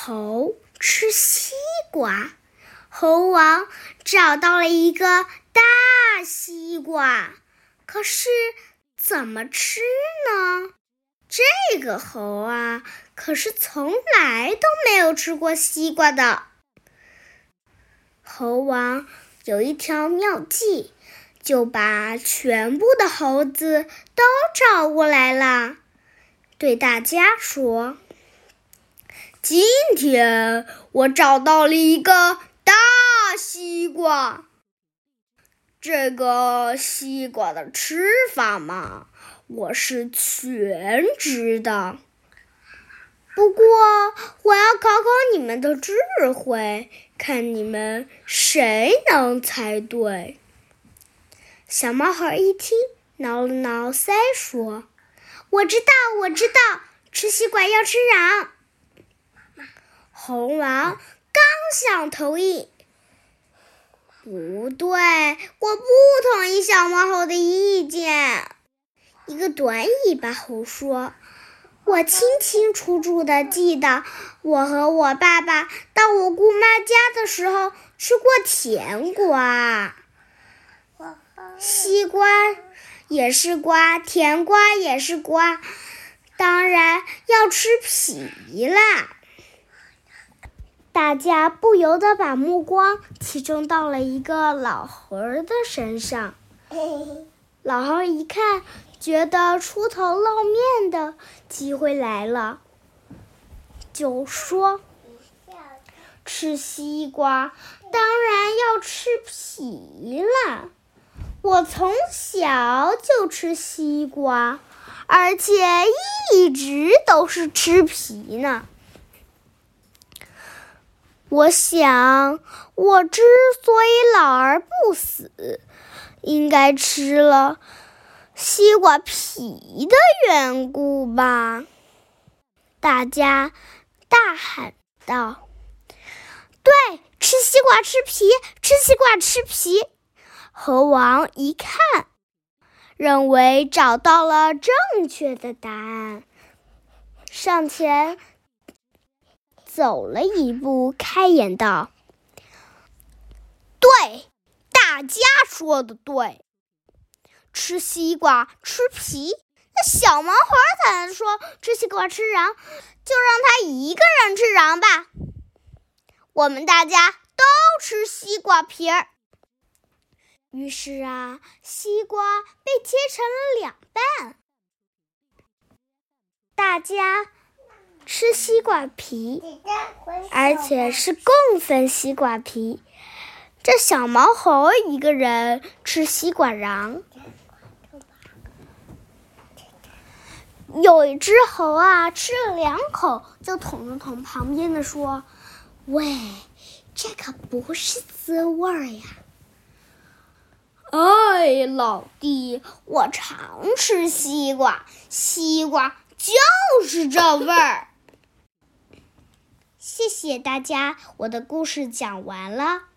猴吃西瓜。猴王找到了一个大西瓜，可是怎么吃呢？这个猴啊，可是从来都没有吃过西瓜的。猴王有一条妙计，就把全部的猴子都找过来了，对大家说：今天我找到了一个大西瓜，这个西瓜的吃法嘛，我是全知的。不过我要考考你们的智慧，看你们谁能猜对。小毛猴一听，挠了挠腮说：我知道，吃西瓜要吃瓤。猴王刚想同意，不对，我不同意小毛猴的意见。一个短尾巴猴说：我清清楚楚地记得，我和我爸爸到我姑妈家的时候吃过甜瓜。西瓜也是瓜，甜瓜也是瓜，当然要吃皮啦。大家不由得把目光集中到了一个老猴的身上。老猴一看，觉得出头露面的机会来了，就说：吃西瓜当然要吃皮啦，我从小就吃西瓜，而且一直都是吃皮呢。我想，我之所以老而不死，应该吃了西瓜皮的缘故吧。大家大喊道：对，吃西瓜吃皮，吃西瓜吃皮。猴王一看，认为找到了正确的答案，上前走了一步，开言道：对，大家说的对，吃西瓜吃皮，那小毛猴才能说吃西瓜吃瓤，就让他一个人吃瓤吧。我们大家都吃西瓜皮儿。于是啊，西瓜被切成了2半，大家吃西瓜皮，而且是共分西瓜皮。这小毛猴一个人吃西瓜瓤。有一只猴啊，吃了2口，就捅了捅旁边的说：喂，这可不是滋味呀。哎，老弟，我常吃西瓜，西瓜就是这味儿。谢谢大家，我的故事讲完了。